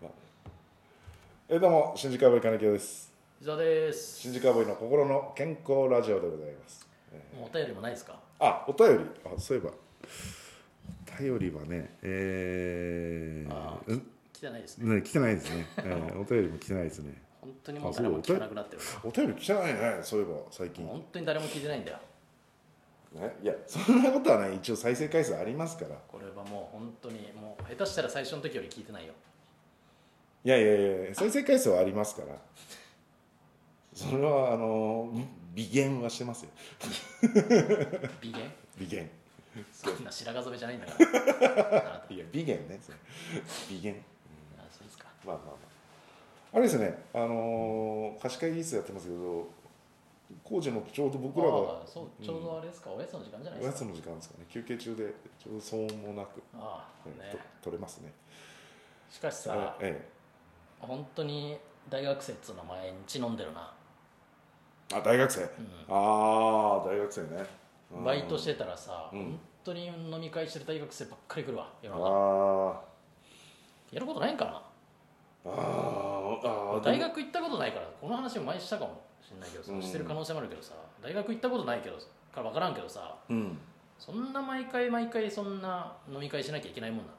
どうも新宿カーボーイ金城です。 伊沢です。 新宿カーボーイの心の健康ラジオでございます。 もうお便りもないですか？ お便り、そういえばお便りはね、 来てないですね。 来てないですね。お便りも来てないですね。 本当にもう誰も聞かなくなってる。 お便り来てないね。そういえば最近本当に誰も聞いてないんだよ。 いやそんなことはない。一応再生回数ありますから。 これはもう本当にもう下手したら最初の時より聞いてないよ。 いや再生回数はありますから。それは微減はしてますよ。 微減？ 微減。 そんな白髪染めじゃないんだからいや微減ね。微減。 そうですか。 まああれですね。貸し会議室やってますけど、工事のちょうど僕らがちょうどあれですか、おやつの時間じゃないおやつですか。 の時間ですかね。休憩中でちょうど騒音もなく取れますね。 しかしさ、本当に大学生っつうの毎日飲んでるな。 大学生、大学生ね。 バイトしてたらさ、本当に飲み会してる大学生ばっかり来るわ。世の中やることないんかな。大学行ったことないからこの話も前したかもしれないけどさ、してる可能性もあるけどさ、大学行ったことないけどから分からんけどさ、そんな毎回そんな飲み会しなきゃいけないもんな。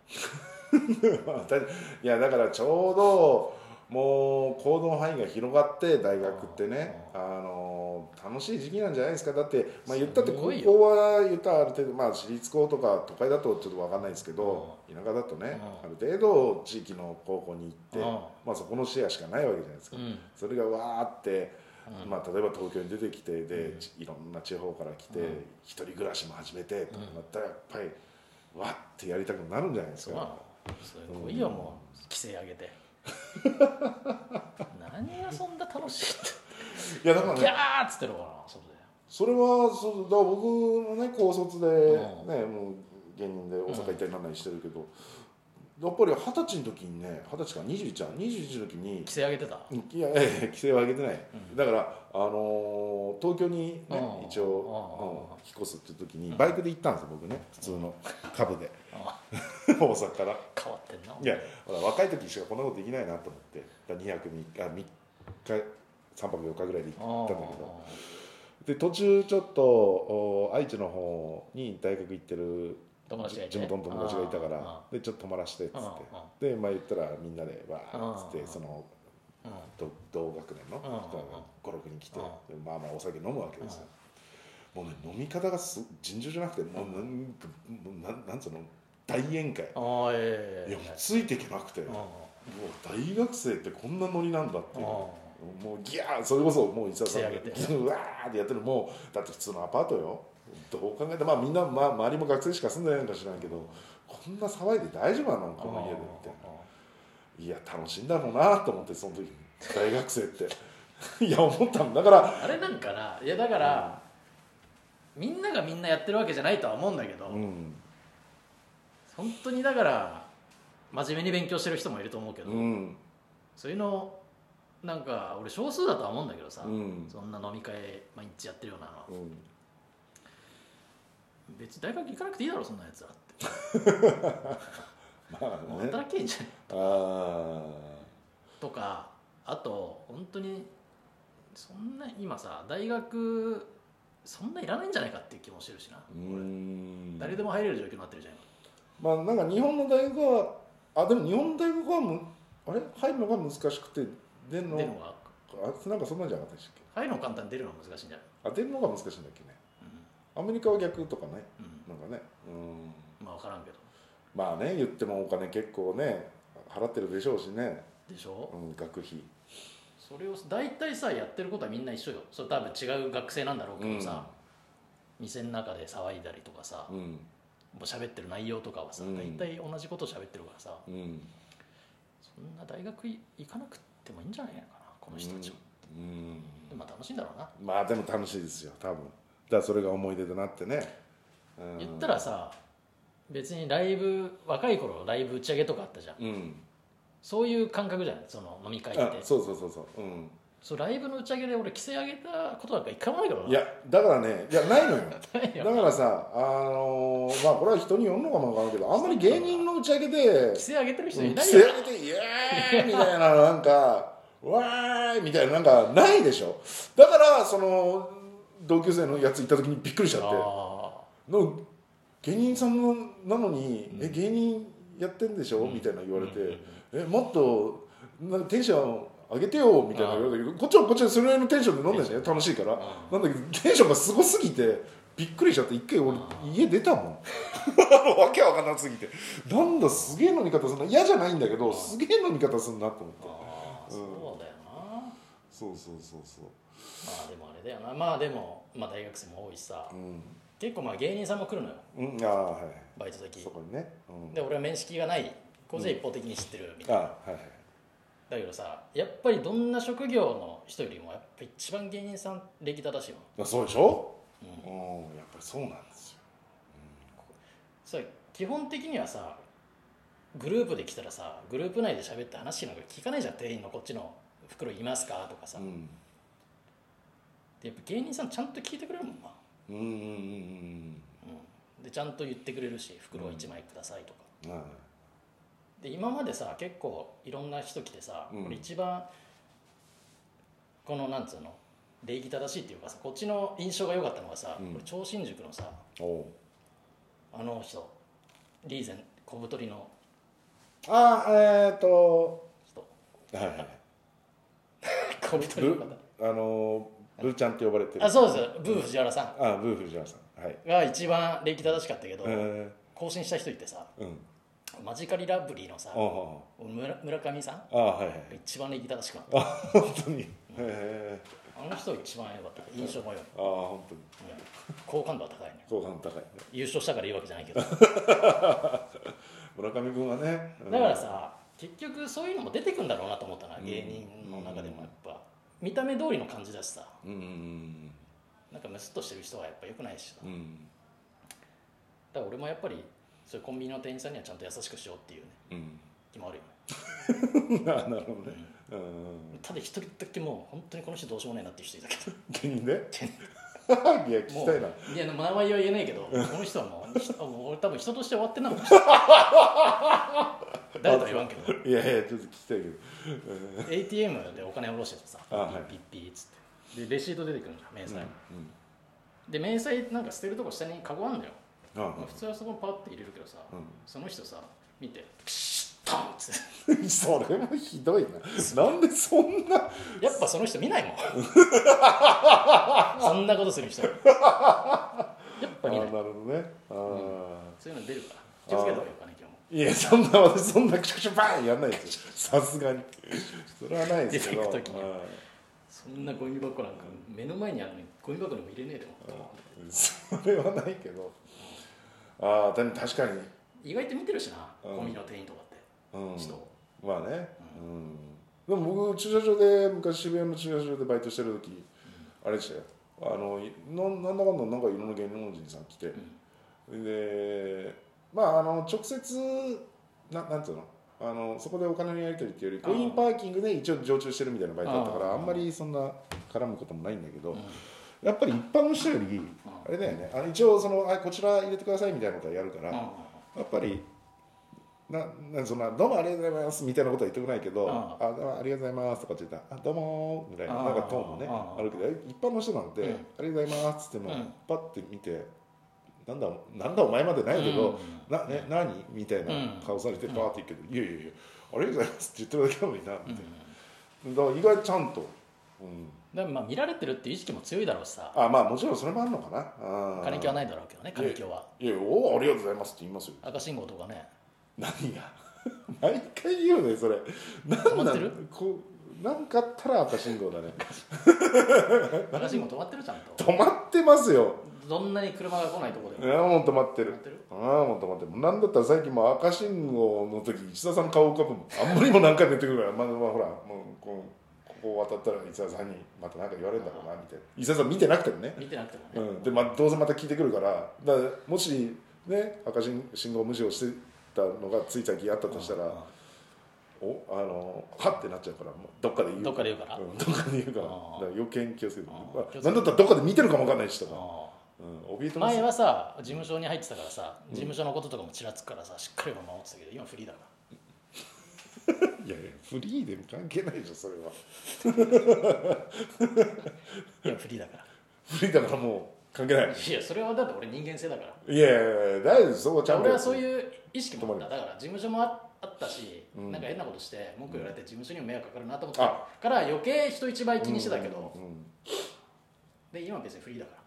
いやだからちょうどもう行動範囲が広がって大学ってね、楽しい時期なんじゃないですか。だって、言ったって高校は言ったらある程度、私立高とか都会だとちょっと分かんないですけど、田舎だとね、ある程度地域の高校に行って、そこのシェアしかないわけじゃないですか。それがわーって、例えば東京に出てきてで、いろんな地方から来て、一人暮らしも始めてとかなったらやっぱりわーってやりたくなるんじゃないですか。 すごいよ、もう規制上げて何がそんな楽しいって。 いやだからね、 ギャーっつってるからな。 それはそうだ。僕もね高卒でね、もう芸人で大阪行ったりなんなりしてるけど、やっぱり20歳の時にね、20歳か21の時に規制上げてた。 いや規制は上げてない、だから東京にね一応引っ越すっていう時にバイクで行ったんですよ僕ね。普通の株で大阪から変わってんな。 いやほら若い時しかこんなことできないなと思って2泊3日3泊4日ぐらいで行ったんだけど、で途中ちょっと愛知の方に大学行ってる地元の友達がいたからでちょっと泊まらしてっつってで言ったらみんなでわーっつってその同学年の人が56人来てお酒飲むわけですよ。もうね飲み方が尋常じゃなくてもうなんつうの大宴会。いやもうついていけなくて、もう大学生ってこんなノリなんだっていう。もうギャーそれこそもう伊沢さんがうわーってやってる。もうだって普通のアパートよ。どう考えてみんな周りも学生しか住んでないのか知らんけど、こんな騒いで大丈夫なのこの家でみたいな。いや楽しいんだろうなと思って、その時大学生っていや思ったんだから。 あれなんかな。いやだから、みんながみんなやってるわけじゃないとは思うんだけど、本当にだから真面目に勉強してる人もいると思うけど、そういうのなんか俺少数だとは思うんだけどさ、そんな飲み会毎日やってるようなの、別に大学行かなくていいだろそんなやつらって働けんじゃねとか。あと本当にそんな今さ大学そんないらないんじゃないかっていう気もしてるしな。誰でも入れる状況になってるじゃん。 なんか日本の大学はでも日本の大学は入るのが難しくて出るのがなんかそんなんじゃなかったでしたっけ。 入るの簡単に出るのが難しいんじゃない。 出るのが難しいんだっけね。アメリカは逆とかね、なんかね、 分からんけど、 言ってもお金結構ね払ってるでしょうしね。 でしょ、 学費。 それを大体さやってることはみんな一緒よ。それ多分違う学生なんだろうけどさ、店の中で騒いだりとかさ、もう喋ってる内容とかはさ、大体同じことを喋ってるからさ、そんな大学行かなくてもいいんじゃないかなこの人たちも。でも楽しいんだろうな。 でも楽しいですよ多分。だからそれが思い出となってね。 言ったらさ、別にライブ若い頃ライブ打ち上げとかあったじゃん、そういう感覚じゃないその飲み会って。そうライブの打ち上げで俺規制上げたことなんか一回もないからな。 いやだからねないのよだからさこれは人によるのかも分からんけど、あんまり芸人の打ち上げで規制上げてる人いないよ。 規制上げてイエーみたいななんかわーいみたいななんかないでしょ。だからその同級生のやつ行った時にびっくりしちゃっての芸人さんなのに芸人やってんでしょみたいな言われてもっとなんかテンション上げてよみたいな言われたけどこっちはこっちでそれぐらいのテンションで飲んでるんですね楽しいからなんだけどテンションがすごすぎてびっくりしちゃって一回俺家出たもんわけわかんなすぎてなんだすげえ飲み方すんな嫌じゃないんだけどすげえ飲み方すんなと思ってそうだよなそうまあでもあれだよなまあでも、まあ、大学生も多いしさ、結構まあ芸人さんも来るのよ、バイト先そこにね、 で俺は面識がないこっちは一方的に知ってるみたいな、だけどさやっぱりどんな職業の人よりもやっぱ一番芸人さん礼儀正しいもんそうでしょ、やっぱりそうなんですよ、 さ基本的にはさグループで来たらさグループ内で喋って話なんか聞かないじゃん店員のこっちの袋いますかとかさ、でやっぱ芸人さんちゃんと聞いてくれるもんなでちゃんと言ってくれるし袋を1枚くださいとか、で今までさ結構いろんな人来てさ、これ一番このなんつうの礼儀正しいっていうかさこっちの印象が良かったのがさ、これ超新塾のさあの人リーゼン小太りの人小太りの方ブーちゃんって呼ばれてるそうですブー藤原さんブー藤原さんが一番礼儀正しかったけど、更新した人いてさ、マジカリラブリーのさ村上さん、一番礼儀正しかった本当に、 あの人一番良かった印象も良い本当に、 好感度は高いね好感度高いね優勝したからいいわけじゃないけど村上君はね、 だからさ結局そういうのも出てくんだろうなと思ったな、芸人の中でもやっぱ見た目通りの感じだしさ、なんかムスッとしてる人はやっぱ良くないしさ、だから俺もやっぱりそういうコンビニの店員さんにはちゃんと優しくしようっていうね、気もあるよねなるほどね、 ただ一人だけもう本当にこの人どうしようもないなっていう人いたけど芸人でいや聞きたいな。 いや名前は言えないけどこの人はもう俺多分人として終わってんな誰とは言わんけどいやちょっと聞きたいけど、 ATM でお金下ろしててさピッピッピッつってでレシート出てくるんじゃん明細、で明細なんか捨てるとこ下にカゴあんだよ、普通はそこにパッて入れるけどさ、その人さ見てクシットンっつってそれもひどいな。なんでそんなやっぱその人見ないもんそんなことする人やっぱ見ない。 なるほどね。 そういうの出るから気をつけた方がいいかね今日も。 いやそんな私そんなクシュクシュバーンやんないですよさすがにそれはないですけど、 出てく時にそんなゴミ箱なんか目の前にあるのにゴミ箱にも入れねえでもそれはないけど、でも確かに意外と見てるしな、コンビニの店員とかって人、 まあね、でも僕駐車場で昔渋谷の駐車場でバイトしてる時、あれでしたよ、なんだかんだなんかいろんな芸能人さん来て、でまあ直接なんていうのそこでお金のやり取りっていうよりコインパーキングで一応常駐してるみたいなバイトだったからあんまりそんな絡むこともないんだけど、やっぱり一般の人よりあれだよね、一応こちら入れてくださいみたいなことはやるから、やっぱりそんなどうもありがとうございますみたいなことは言ってこないけど、ありがとうございますとかって言ったらどうもみたいななんかトーンもねあるけど、一般の人なんて、ありがとうございますって言っても、パッて見てなんだお前までないけど、何みたいな顔されてパーって言うけど、いやありがとうございますって言ってるだけなのになみたいな、だから意外とちゃんと。 でもまあ見られてるっていう意識も強いだろうしさ、 まあもちろんそれもあるのかな。 金気はないだろうけどね、金気は。 いやありがとうございますって言いますよ。 赤信号とかね。 何が毎回言うねそれ。 止まってる？ なんかあったら赤信号だね。 赤信号止まってるちゃんと。 止まってますよ。 どんなに車が来ないところで。 もう止まってる。もう止まってる。なんだったら最近も赤信号の時石田さんの顔浮かぶもん。あんまりも何回も言ってくるから、ほらもうここ渡ったら石田さんにまた何か言われるんだろうなみたいな。石田さん見てなくてもね。 見てなくてもね。 でどうせまた聞いてくるから、だからもしね赤信号無視をしてたのがつい最近あったとしたら、はってなっちゃうから、どっかで言うから。どっかで言うから、余計に気をつけて。なんだったらどっかで見てるかもわかんないしとか。 前はさ事務所に入ってたからさ、事務所のこととかもちらつくからさしっかり守ってたけど今フリーだから。 いやフリーでも関係ないでしょそれは。 いやフリーだから。 フリーだからもう関係ない。 いやそれはだって俺人間性だから。 いやいやいや大丈夫、そこちゃんと。 俺はそういう意識もあった。だから事務所もあったし、なんか変なことして文句言われて事務所にも迷惑かかるなと思ってから余計人一倍気にしてたけど、で今は別にフリーだから。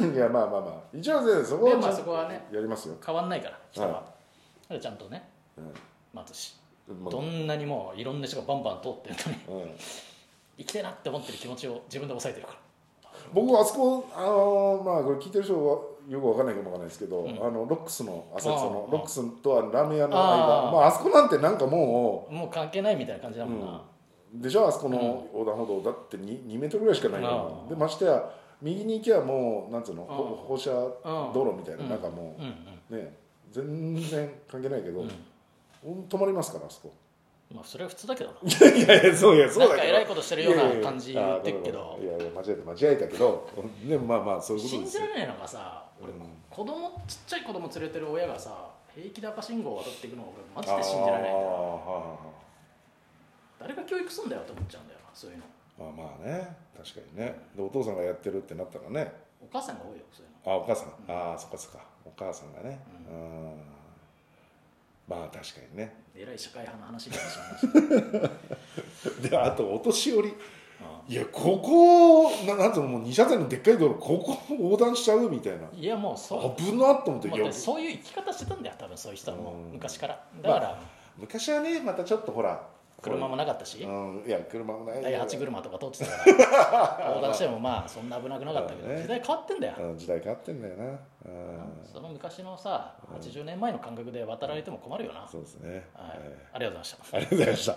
いやまあまあまあ一応ねそこはそこはねやりますよ。 変わんないから人は。ちゃんとね待つし、どんなにもういろんな人がバンバン通ってるのに生きてえなって思ってる気持ちを自分で抑えてるから。 僕あそこまあこれ聞いてる人はよくわかんないかもわかんないですけど、ロックスの浅草のロックスとラーメン屋の間、あそこなんてなんかもう関係ないみたいな感じだもんな、 でしょ。あそこの横断歩道だって 2メートルぐらいしかないので、ましてや右に行けばもうなんつうの放射道路みたいな、なんかもうね全然関係ないけど、止まりますからあそこ。 まあそれは普通だけどな。 いやいやそうだけど、 なんか偉いことしてるような感じ言ってるけど、 いや間違えたけど、でもまあまあそういうことですよ。 信じられないのがさ、俺子供ちっちゃい子供連れてる親がさ平気で赤信号を渡っていくのが俺マジで信じられないんだよ。誰が教育するんだよと思っちゃうんだよな、そういうの。 まあね確かにね。でお父さんがやってるってなったらね。 お母さんが多いよそういうの。 お母さん、そっかそっか、お母さんがね、まあ確かにね。 えらい社会派の話になってしまいました。であとお年寄り、いやここなんていうのもう2車線のでっかい道路ここ横断しちゃうみたいな。 いやもうそう危なっと思って。 もうそういう生き方してたんだよ多分そういう人はもう昔から。だから、 昔はねまたちょっとほら車もなかったし、 いや車もない。 第8車とか通ってたから横断してもまあそんな危なくなかったけど、時代変わってんだよ。 時代変わってんだよな。 その昔のさ80年前の感覚で渡られても困るよな。 そうですね。 ありがとうございました。 ありがとうございました。